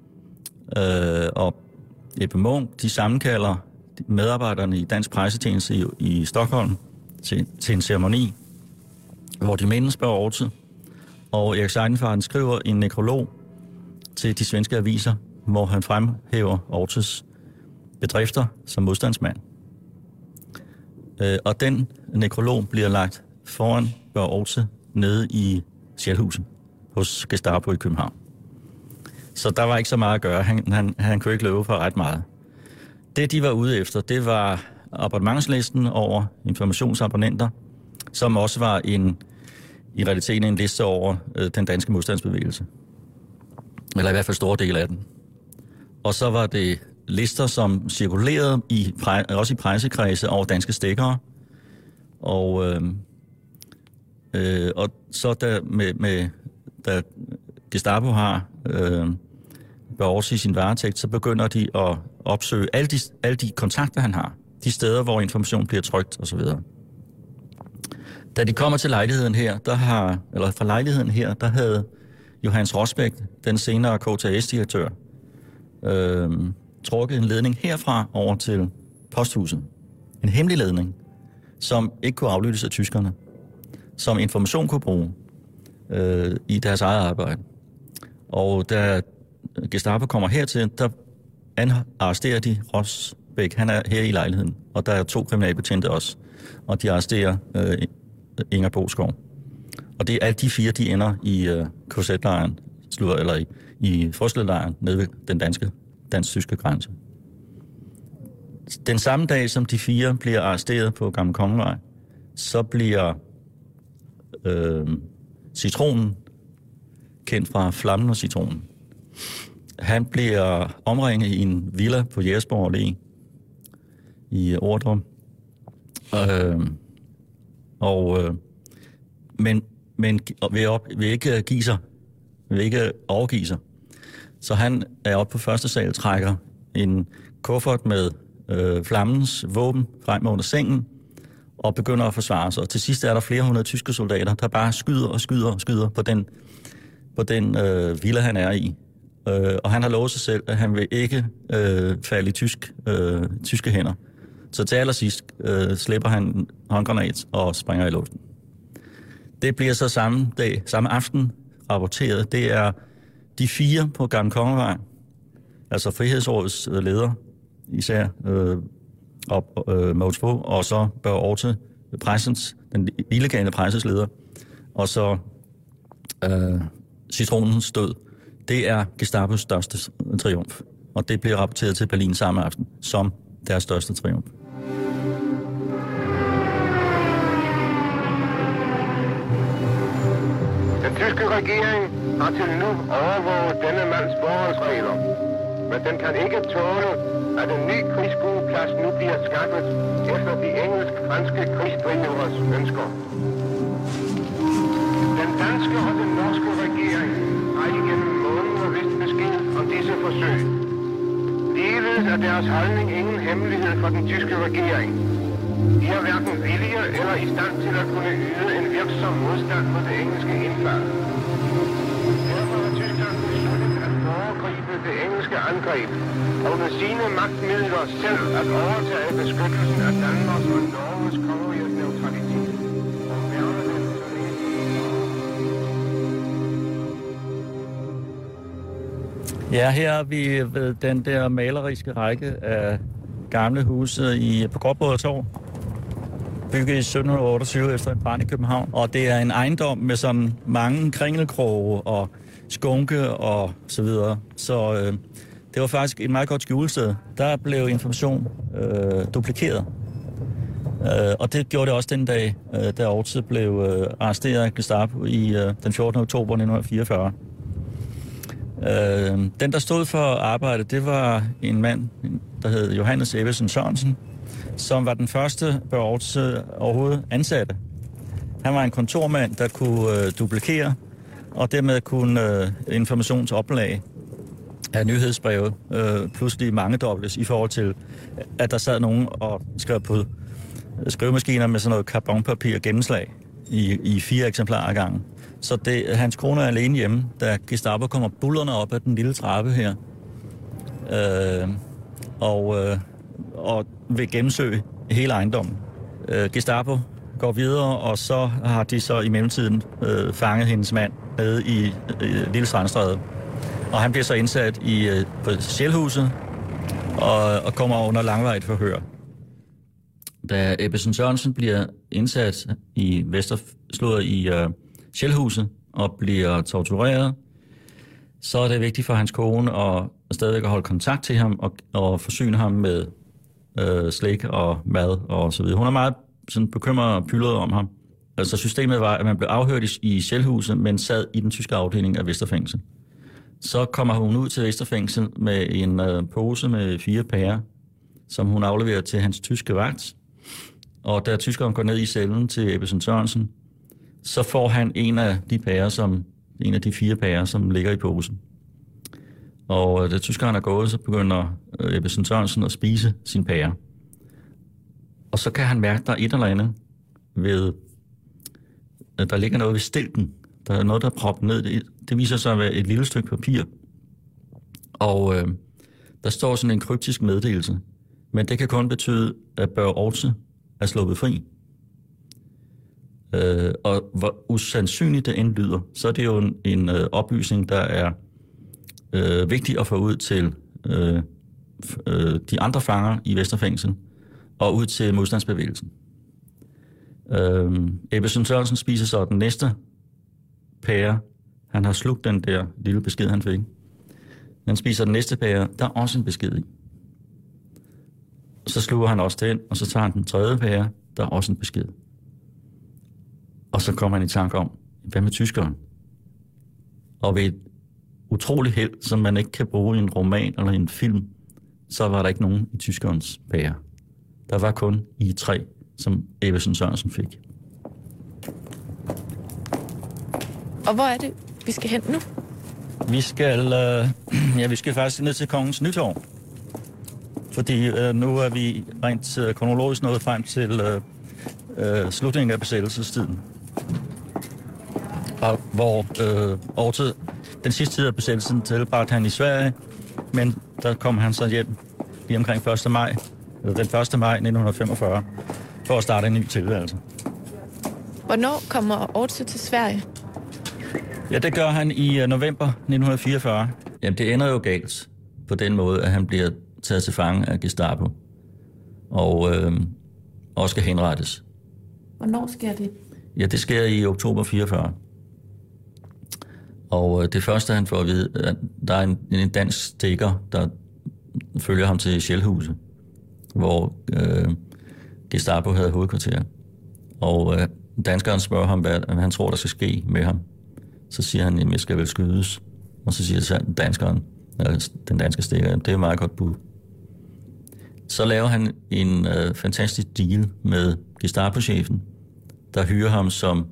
Speaker 3: og Ebbe Munk, de sammenkalder medarbejderne i Dansk Pressetjeneste i Stockholm til en ceremoni, hvor de mindes Børge Orte. Og Erik Seidenfaden skriver en nekrolog til de svenske aviser, hvor han fremhæver Ortes bedrifter som modstandsmand. Og den nekrolog bliver lagt foran Børge Orte nede i Sjælhuset hos Gestapo i København. Så der var ikke så meget at gøre. Han kunne ikke løbe for ret meget. Det, de var ude efter, det var abonnementslisten over informationsabonnenter, som også var i realiteten en liste over den danske modstandsbevægelse. Eller i hvert fald store del af den. Og så var det lister, som cirkulerede også i pressekredse over danske stikkere. Og så da Gestapo har Børge Orte i sin varetægt, så begynder de at opsøge alle de kontakter, han har. De steder, hvor information bliver trykt osv. Da de kommer til lejligheden her, der havde Johannes Rosbæk, den senere KTAS-direktør, trukket en ledning herfra over til posthuset. En hemmelig ledning, som ikke kunne aflyttes af tyskerne, som Information kunne bruge i deres eget arbejde. Og da Gestapo kommer hertil, der arresterer de Rosbæk. Han er her i lejligheden, og der er 2 kriminalbetjente også, og de arresterer Inger Boskov. Og det er alle de 4, de ender i KZ-lejren, eller i Frøslev-lejren nede ved den dansk-tyske grænse. Den samme dag, som de 4 bliver arresteret på Gamle Kongevej, så bliver Citronen, kendt fra Flammen og Citronen, han bliver omringet i en villa på Jægersborg Allé i Ordrum. Men vil ikke give sig, vil ikke overgive sig. Så han er oppe på første sal, trækker en kuffert med Flammens våben frem under sengen og begynder at forsvare sig. Og til sidst er der flere hundrede tyske soldater, der bare skyder på den villa, han er i. Og han har lovet sig selv, at han vil ikke falde i tyske hænder. Så til allersidst slipper han håndgranat og springer i luften. Det bliver så samme aften rapporteret. Det er de 4 på Gamle Kongevej, altså Frihedsrådets leder, især Mogens Fogh, og så Børge Orte, den illegale presses leder, og så Citronens død. Det er Gestapos største triumf, og det bliver rapporteret til Berlin samme aften som deres største triumf.
Speaker 5: Den tyske regering har til nu overvåget denne mands forholdsregler, men den kan ikke tåle, at en ny krigsskueplads nu bliver skaffet efter de engelsk-franske krigsdrivers ønsker. Den danske og den norske regering har igennem måneder vist besked om disse forsøg. Ligeledes er deres holdning ingen hemmelighed for den tyske regering. De er hverken villige eller i stand til at kunne yde en virksom modstand mod det engelske indfald. Derfor har Tyskland besluttet at foregribe det engelske angreb og med sine magtmidler selv at overtage beskyttelsen af Danmarks og Norges kongeriges neutralitet og værne den til.
Speaker 3: Ja, her er vi ved den der maleriske række af gamle huse på Gråbrødre Torv, bygget i 1728 efter en brand i København. Og det er en ejendom med sådan mange kringelkroge og skunke og så videre. Så det var faktisk et meget godt skjulested. Der blev information duplikeret. Og det gjorde det også den dag, da Orte blev arresteret af Gestapo den 14. oktober 1944. Den, der stod for arbejdet, det var en mand, der hed Johannes Ebbesen Sørensen, som var den første Børge Orte overhovedet ansatte. Han var en kontormand, der kunne duplikere og dermed kunne informationsoplag af nyhedsbreve pludselig mangedobles i forhold til, at der sad nogen og skrev på skrivemaskiner med sådan noget karbonpapir gennemslag i 4 eksemplarer ad gangen. Så hans kone er alene hjemme, da Gestapo kommer bullerne op ad den lille trappe her, og vil gennemsøge hele ejendommen. Gestapo går videre, og så har de så i mellemtiden fanget hendes mand nede i Lille Strandstræde. Og han bliver så indsat på Sjælhuset og kommer under langvarigt forhør. Da Ebbesen Sørensen bliver indsat i Sjælhuset og bliver tortureret, så er det vigtigt for hans kone at stadigvæk holde kontakt til ham og forsyne ham med slik og mad og så videre. Hun er meget sådan bekymret og pyldret om ham. Altså systemet var, at man blev afhørt i Sjælhuset, men sad i den tyske afdeling af Vesterfængsel. Så kommer hun ud til Vesterfængsel med en pose med 4 pærer, som hun afleverer til hans tyske vagt. Og da tyskeren går ned i cellen til Ebbesen Sørensen, så får han en af de 4 pærer, som ligger i posen. Og da tyskeren er gået, så begynder Ebbesen Sørensen at spise sin pære. Og så kan han mærke, at der er et eller andet ved, at der ligger noget ved stilken. Der er noget, der er proppet ned. Det viser sig at være et lille stykke papir. Og der står sådan en kryptisk meddelelse. Men det kan kun betyde, at Børge Orte er sluppet fri. Og hvor usandsynligt det end lyder, så er det jo en oplysning, der er vigtig at få ud til de andre fanger i Vesterfængsel og ud til modstandsbevægelsen. Ebbesen Sørensen spiser så den næste pære. Han har slugt den der lille besked, han fik. Han spiser den næste pære. Der er også en besked i. Så sluger han også den, og så tager han den tredje pære. Der er også en besked. Og så kommer han i tanke om, hvad med tyskeren? Og ved et utroligt held, som man ikke kan bruge i en roman eller en film, så var der ikke nogen i tyskerens pære. Der var kun i 3, som Ebbesen Sørensen fik.
Speaker 2: Og hvor er det, vi skal hen nu?
Speaker 3: Vi skal faktisk ned til Kongens Nytorv. Fordi nu er vi rent kronologisk nået frem til slutningen af besættelsestiden. Og hvor Orte, den sidste tid af besættelsen, tilbragte han i Sverige, men der kom han så hjem lige omkring 1. maj, eller den 1. maj 1945, for at starte en ny tilværelse.
Speaker 2: Hvornår kommer Orte til Sverige?
Speaker 3: Ja, det gør han i november 1944. Jamen, det ender jo galt på den måde, at han bliver taget til fange af Gestapo og også skal henrettes.
Speaker 2: Hvornår sker det?
Speaker 3: Ja, det sker i oktober 44. Og det første, han får at vide, at der er en dansk stikker, der følger ham til Sjælhuset, hvor Gestapo havde hovedkvarter. Og danskeren spørger ham, hvad han tror, der skal ske med ham. Så siger han, at jeg skal vel skydes. Og så siger danskeren, den danske stikker, det er meget godt bud. Så laver han en fantastisk deal med Gestapo-chefen, der hyrer ham som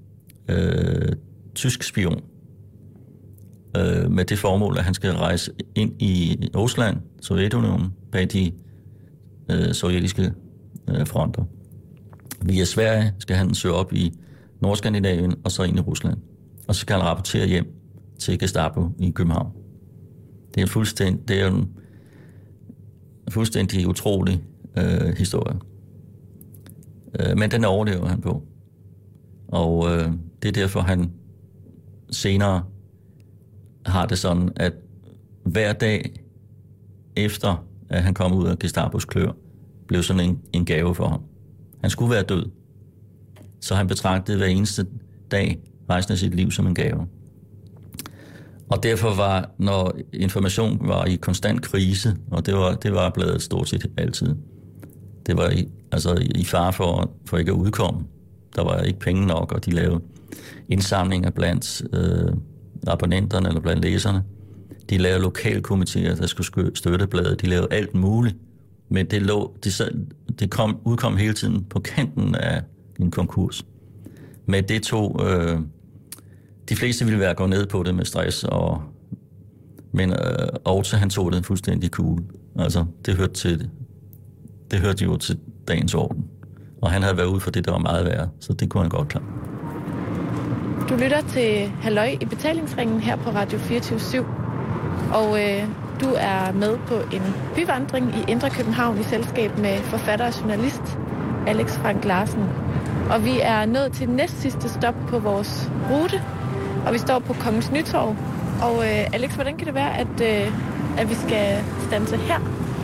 Speaker 3: tysk spion. Med det formål, at han skal rejse ind i Rusland, Sovjetunionen, bag de sovjetiske fronter. Via Sverige skal han søge op i Nordskandinavien og så ind i Rusland. Og så skal han rapportere hjem til Gestapo i København. Det er en fuldstændig utrolig historie. Men den overlever han på. Og det er derfor, han senere har det sådan, at hver dag efter, at han kom ud af Gestapos klør, blev sådan en gave for ham. Han skulle være død. Så han betragtede hver eneste dag resten af sit liv som en gave. Og derfor var, når information var i konstant krise, og det var blevet stort set altid, det var i fare for ikke at udkomme. Der var ikke penge nok, og de lavede indsamlinger blandt abonnenterne eller blandt læserne. De lavede lokalkomiteer, der skulle støtte bladet. De lavede alt muligt. Men det udkom hele tiden på kanten af en konkurs. Men det tog de fleste ville være gået ned på det med stress, men Orte, han tog det fuldstændig cool. Altså, det hørte jo til dagens orden. Og han havde været ude for det, der var meget værre, så det kunne han godt klare.
Speaker 2: Du lytter til Halløj i betalingsringen her på Radio 24/7. Og du er med på en byvandring i Indre København i selskab med forfatter og journalist Alex Frank Larsen. Og vi er nået til næst sidste stop på vores rute, og vi står på Kongens Nytorv. Og Alex, hvordan kan det være, at vi skal standse her?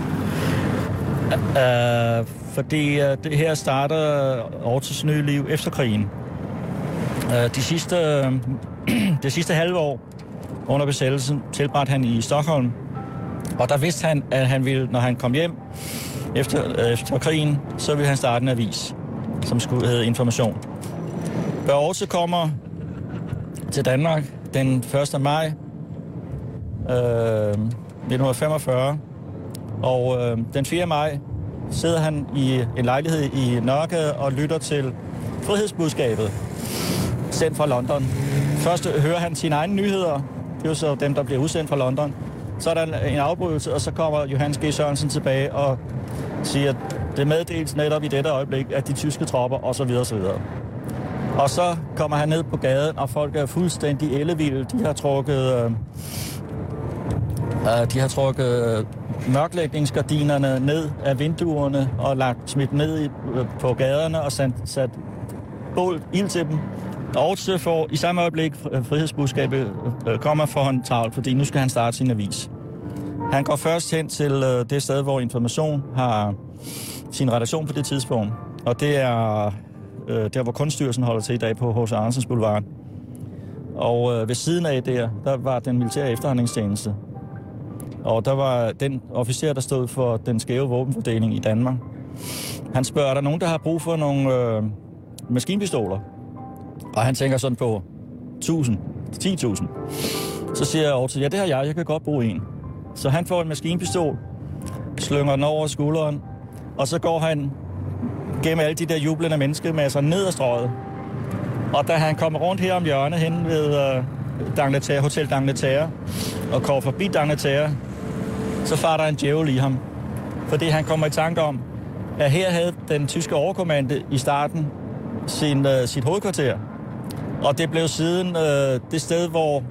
Speaker 3: Fordi det her starter Ortes nye liv efter krigen. Det sidste halve år under besættelsen tilbragte han i Stockholm. Og der vidste han, at han ville, når han kom hjem efter krigen, så ville han starte en avis, som skulle hedde Information. Børge Orte kommer til Danmark den 1. maj 1945, og den 4. maj sidder han i en lejlighed i Nørregade og lytter til frihedsbudskabet, sendt fra London. Først hører han sine egne nyheder, det er jo så dem, der bliver udsendt fra London. Så er der en afbrydelse, og så kommer Johannes G. Sørensen tilbage og siger, at det meddeles netop i dette øjeblik, at de tyske tropper, osv. osv. Og så kommer han ned på gaden, og folk er fuldstændig ellevilde. De har trukket mørklægningsgardinerne ned af vinduerne og lagt smidt ned på gaderne og sat ild til dem. Og får i samme øjeblik frihedsbudskabet kommer for hånd travlt, fordi nu skal han starte sin avis. Han går først hen til det sted, hvor Information har sin redaktion på det tidspunkt. Og det er der, hvor Kunststyrelsen holder til i dag på H.C. Andersens Boulevard. Og ved siden af der var den militære efterretningstjeneste. Og der var den officer, der stod for den skæve våbenfordeling i Danmark. Han spørger, er der nogen, der har brug for nogle maskinpistoler? Og han tænker sådan på 10.000. Så siger jeg over til, ja, det har jeg kan godt bruge en. Så han får en maskinpistol, slynger den over skulderen, og så går han gennem alle de der jublende menneskemasser ned ad strøget. Og da han kommer rundt her om hjørnet hen ved Hotel D'Angleterre og går forbi D'Angleterre, så farer der en djævel i ham. Fordi han kommer i tanke om, at her havde den tyske overkommande i starten sit hovedkvarter. Og det blev siden det sted, hvor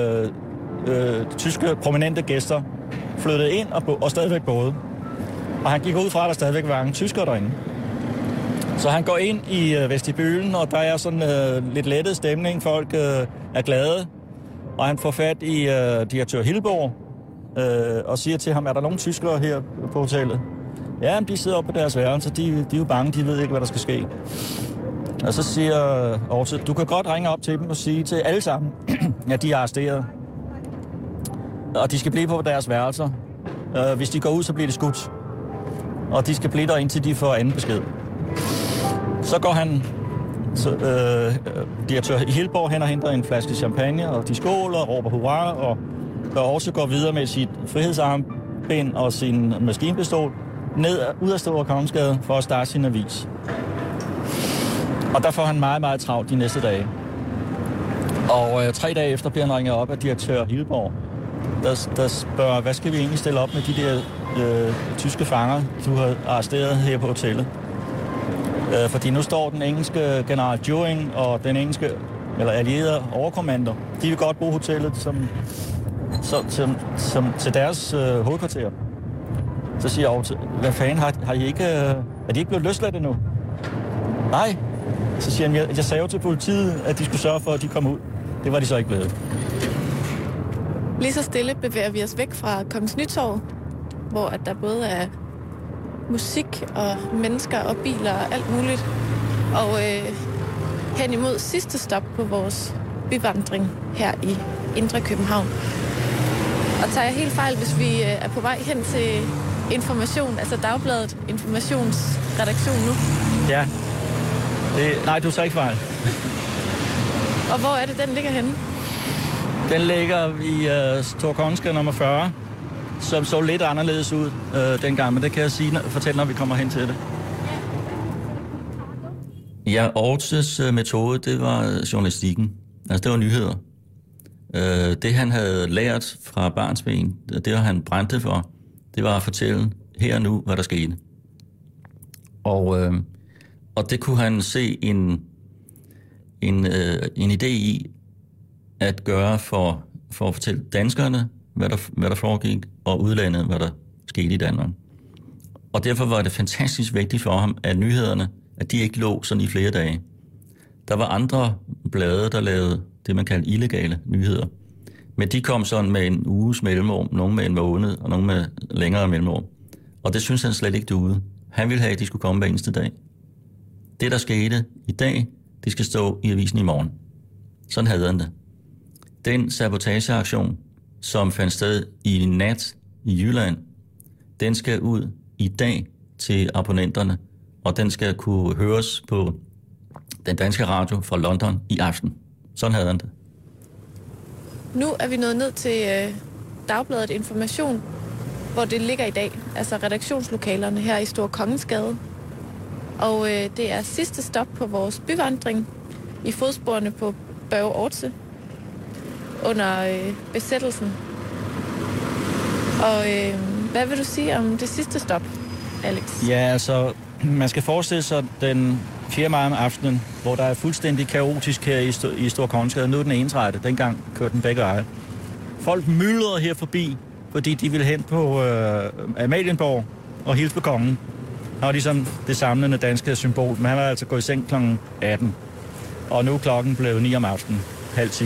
Speaker 3: tyske prominente gæster flyttede ind og stadigvæk boede. Og han gik ud fra, at der stadigvæk var mange tyskere derinde. Så han går ind i vestibylen, og der er sådan lidt lettet stemning. Folk er glade. Og han får fat i direktør Hilborg og siger til ham, er der nogen tyskere her på hotellet? Ja, men de sidder oppe på deres værelse. De er jo bange, de ved ikke, hvad der skal ske. Og så siger Orte, du kan godt ringe op til dem og sige til alle sammen, at de er arresteret. Og de skal blive på deres værelser. Hvis de går ud, så bliver de skudt. Og de skal blive der, indtil de får anden besked. Så går han, direktør Hilborg hen og henter en flaske champagne, og de skåler og råber hurra, og Orte går videre med sit frihedsarmbind og sin maskinpistol ud af Store Kongensgade for at starte sin avis. Og der får han meget, meget travlt de næste dage. Og 3 dage efter bliver han ringet op af direktør Hilborg, der spørger, hvad skal vi egentlig stille op med de der tyske fanger, du har arresteret her på hotellet? Fordi nu står den engelske general Dewing og den engelske, eller allierede overkommando, de vil godt bruge hotellet som til deres hovedkvarter. Så siger jeg, hvad fanden, har I ikke, er de ikke blevet løsladt endnu? Nej. Så siger han, jeg sagde jo til politiet, at de skulle sørge for, at de kom ud. Det var de så ikke blevet.
Speaker 2: Lige så stille bevæger vi os væk fra Kongens Nytorv, hvor at der både er musik og mennesker og biler og alt muligt. Og hen imod sidste stop på vores byvandring her i Indre København. Og tager jeg helt fejl, hvis vi er på vej hen til Information, altså Dagbladet Informationsredaktion nu?
Speaker 3: Ja. Nej, du tager ikke fejl.
Speaker 2: Og hvor er det, den ligger henne?
Speaker 3: Den ligger i Store Kongensgade nummer 40, som så lidt anderledes ud dengang, men det kan jeg fortælle, når vi kommer hen til det. Ja, Ortes metode, det var journalistikken. Altså, det var nyheder. Det, han havde lært fra barnsben, det han brændte for, det var at fortælle her og nu, hvad der skete. Og det kunne han se en idé i at gøre for at fortælle danskerne, hvad der foregik, og udlandet, hvad der skete i Danmark. Og derfor var det fantastisk vigtigt for ham, at nyhederne, at de ikke lå sådan i flere dage. Der var andre blade, der lavede det, man kaldte illegale nyheder. Men de kom sådan med en uges mellemrum, nogle med en måned, og nogle med længere mellemrum. Og det synes han slet ikke duede. Han ville have, at de skulle komme hver eneste dag. Det, der skete i dag, det skal stå i avisen i morgen. Sådan havde han det. Den sabotageaktion, som fandt sted i nat i Jylland, den skal ud i dag til abonnenterne, og den skal kunne høres på den danske radio fra London i aften. Sådan havde han det.
Speaker 2: Nu er vi nået ned til Dagbladet Information, hvor det ligger i dag, altså redaktionslokalerne her i Store Kongensgade. Og det er sidste stop på vores byvandring i fodsporene på Børge Orte under besættelsen. Og hvad vil du sige om det sidste stop, Alex?
Speaker 3: Ja, altså, man skal forestille sig den 4. maj om aftenen, hvor der er fuldstændig kaotisk her i Store Kongensgade. Nu er den ensrette, dengang kørte den begge veje. Folk myldrede her forbi, fordi de ville hen på Amalienborg og hilse på kongen. Han var ligesom det samlende danske symbol, men han var altså gået i seng kl. 18. Og nu er klokken blevet 9 om aftenen, 9:30.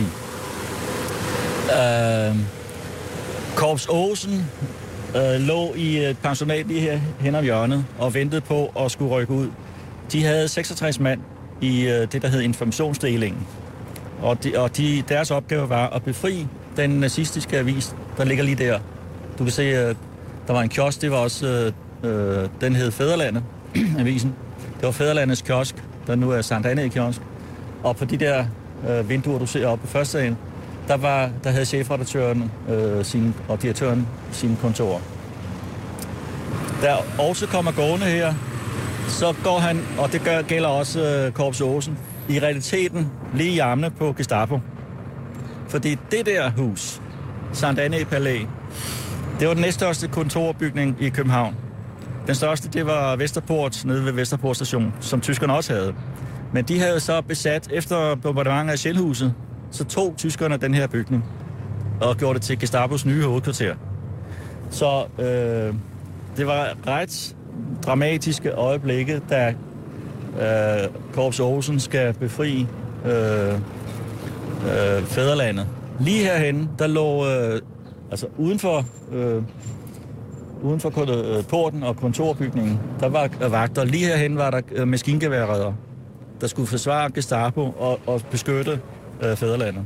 Speaker 3: Korps Åsen lå i et pensionat lige her hen om hjørnet og ventede på at skulle rykke ud. De havde 66 mand i det, der hed informationsdelingen. Og deres opgave var at befri den nazistiske avis, der ligger lige der. Du kan se, der var en kiosk, det var også, den hed Fædrelandet, avisen. Det var Fædrelandets kiosk, der nu er Sankt Annæ kiosk. Og på de der vinduer, du ser oppe på første salen, der havde chefredaktøren og direktøren sine kontorer. Der også kommer gående her, så går han, og det gælder også Korps Åsen, i realiteten lige i armene på Gestapo. Fordi det der hus, Sankt Annæ Palæ, det var den næststørste kontorbygning i København. Den største, det var Vesterport, nede ved Vesterport station, som tyskerne også havde. Men de havde så besat, efter bombardementet af Shellhuset, så tog tyskerne den her bygning og gjorde det til Gestapos nye hovedkvarter. Så det var ret dramatiske øjeblikke, da Korps Åsen skal befri Fædrelandet. Lige herhenne, der lå altså uden for porten og kontorbygningen, der var vagter. Lige herhenne var der maskingeværredder, der skulle forsvare Gestapo og beskytte Fædrelandet.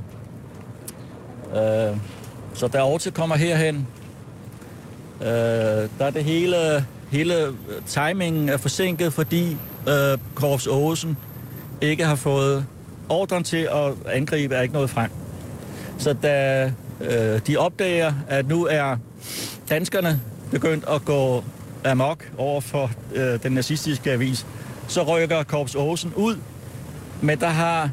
Speaker 3: Så da Orte kommer herhen, der er det hele timingen er forsinket, fordi Korps Åsen ikke har fået ordren til at angribe, er ikke nået frem. Så da de opdager, at nu er danskerne begyndt at gå amok over for den nazistiske avis, så rykker Korps Åsen ud, men der har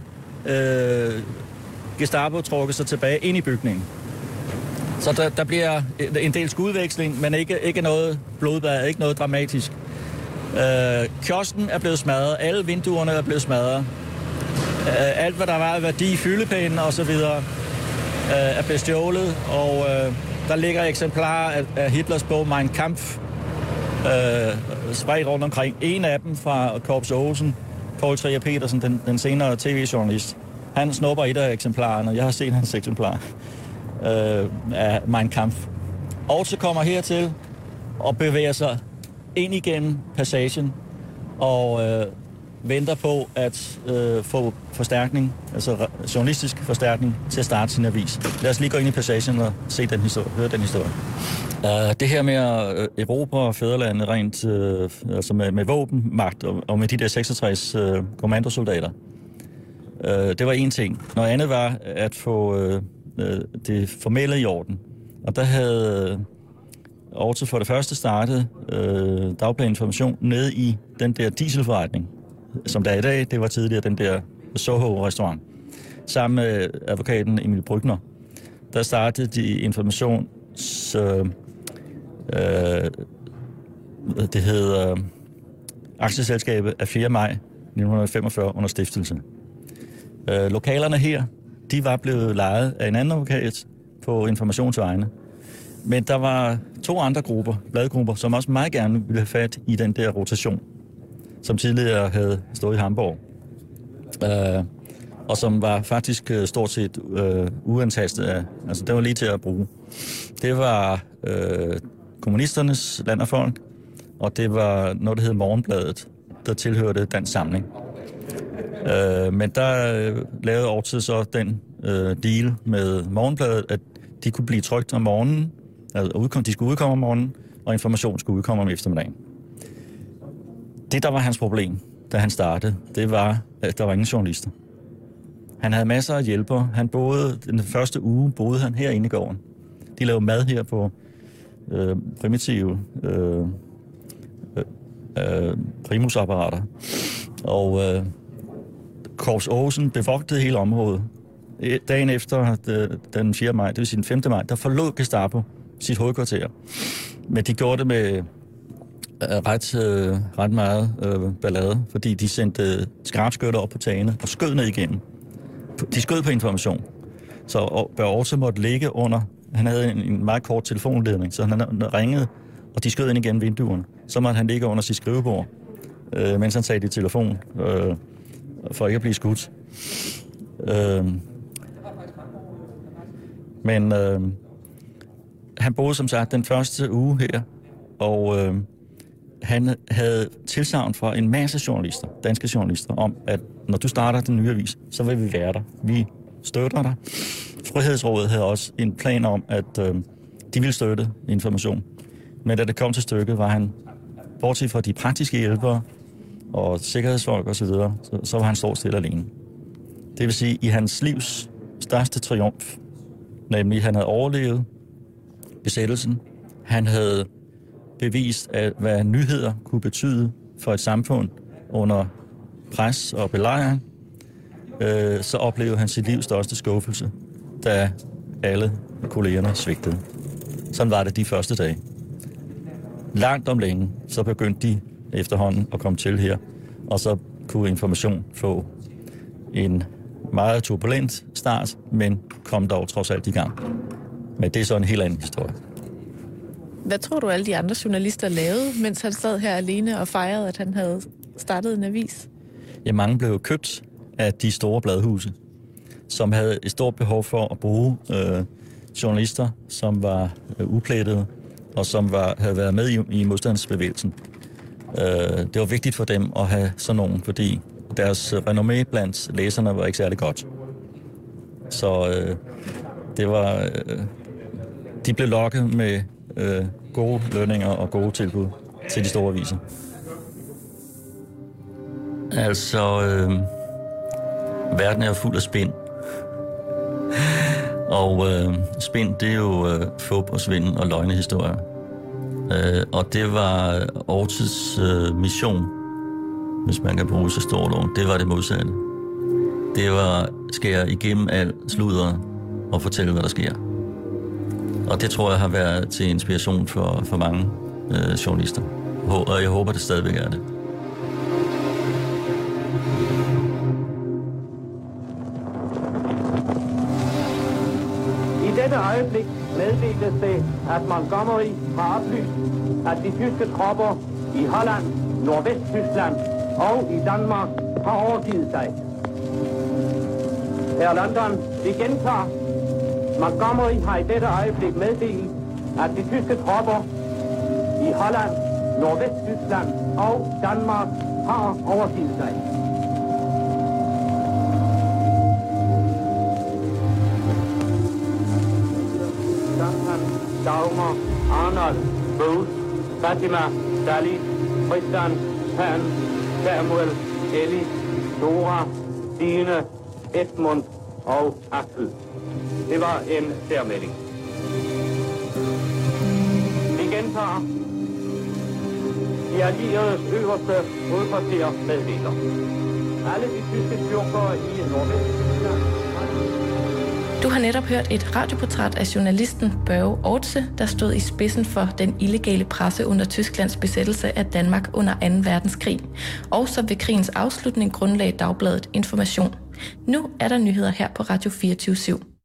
Speaker 3: Gestapo trukket sig tilbage ind i bygningen. Så der bliver en del skudveksling, men ikke noget blodbad, ikke noget dramatisk. Kiosken er blevet smadret, alle vinduerne er blevet smadret. Alt, hvad der var af værdi, fyldepænen og så videre, er blevet stjålet, og der ligger eksemplarer af Hitlers bog Mein Kampf spredt rundt omkring. En af dem fra Korps Åsen, Poul Trier Petersen, den senere tv-journalist. Han snupper et af eksemplarerne, jeg har set hans eksemplar af Mein Kampf. Og så kommer hertil og bevæger sig ind igennem passagen og venter på at få forstærkning, altså journalistisk forstærkning, til at starte sin avis. Lad os lige gå ind i passagen og se den historie, høre den historie. Det her med at erobre Fædrelandet rent altså med våbenmagt og med de der 66 kommandosoldater, det var en ting. Noget andet var at få det formelle i orden. Og der havde Orte for det første startet Dagbladet Information nede i den der dieselforretning, som der er i dag. Det var tidligere den der Soho-restaurant. sammen med advokaten Emil Brückner, der startede de det hedder aktieselskabet af 4. maj 1945 under stiftelse. Lokalerne her, de var blevet lejet af en anden advokat på informationsvegne. Men der var 2 andre bladgrupper, som også meget gerne ville have fat i den der rotation, som tidligere havde stået i Hamburg. Og som var faktisk stort set uantastet af, altså det var lige til at bruge. Det var kommunisternes Land og Folk, og det var noget, der hed Morgenbladet, der tilhørte Dansk Samling. Men der lavede Ortiz så den deal med Morgenbladet, at de kunne blive trykt om morgenen, altså de skulle udkomme om morgenen, og Information skulle udkomme om eftermiddagen. Det, der var hans problem, da han startede, det var, at der var ingen journalister. Han havde masser af hjælpere. Den første uge boede han herinde i gården. De lavede mad her på primitive primusapparater. Og Korps Aarhusen bevogtede hele området. Dagen efter den 4. maj, det vil sige den 5. maj, der forlod Gestapo sit hovedkvarter. Men de gjorde det med ret meget ballade, fordi de sendte skarpskytter op på tagene og skød ned igennem. De skød på Information. Så Ortiz måtte ligge under. Han havde en meget kort telefonledning, så han ringede, og de skød ind igennem vinduerne. Så måtte han ligge under sit skrivebord, mens han sagde i telefon, for ikke at blive skudt. Men han boede som sagt den første uge her, og han havde tilsagn fra en masse journalister, danske journalister, om, at når du starter den nye avis, så vil vi være der. Vi støtter dig. Frihedsrådet havde også en plan om, at de ville støtte Information. Men da det kom til stykket, var han, bortset fra de praktiske hjælpere og sikkerhedsfolk osv., så var han stort stille alene. Det vil sige, i hans livs største triumf, nemlig han havde overlevet besættelsen, han havde bevist, hvad nyheder kunne betyde for et samfund under pres og belejring, så oplevede han sit livs største skuffelse, da alle kollegerne svigtede. Sådan var det de første dage. Langt om længe, så begyndte de efterhånden at komme til her, og så kunne Information få en meget turbulent start, men kom dog trods alt i gang. Men det er så en helt anden historie.
Speaker 2: Hvad tror du, alle de andre journalister lavede, mens han sad her alene og fejrede, at han havde startet en avis?
Speaker 3: Ja, mange blev købt af de store bladhuse, som havde et stort behov for at bruge journalister, som var uplettede, og som havde været med i modstandsbevægelsen. Det var vigtigt for dem at have sådan nogen, fordi deres renommé blandt læserne var ikke særlig godt. Så det var... de blev lokket med gode lønninger og gode tilbud til de store aviser. Altså, verden er fuld af spind. Og spind, det er jo fup og svindel og løgnehistorier. Og det var Ortiz mission, hvis man kan bruge så stort ord. Det var det modsatte. Det var skære igennem al sludder og fortælle, hvad der sker. Og det tror jeg har været til inspiration for mange journalister. Og jeg håber, det stadigvæk er det.
Speaker 5: I dette øjeblik meddeles det, at Montgomery har oplyst, at de tyske tropper i Holland, Nordvesttyskland og i Danmark har overgivet sig. Her London, vi gentager. Montgomery har i dette øjeblik meddelt, at de tyske tropper i Holland, Nordvesttyskland og Danmark har overgivet sig. Dagmar, Arnold, Bose, Fatima, Sally, Tristan, Han, Samuel, Ellie, Dora, Dine, Edmund og Axel. Det var en særmelding. Vi gentager. De allieredes øverste hovedkvarter meddeler. Alle de tyske styrker i Nordvesttyskland
Speaker 2: Du har netop hørt et radioportræt af journalisten Børge Ortze, der stod i spidsen for den illegale presse under Tysklands besættelse af Danmark under 2. verdenskrig, og som ved krigens afslutning grundlagde dagbladet Information. Nu er der nyheder her på Radio 24/7.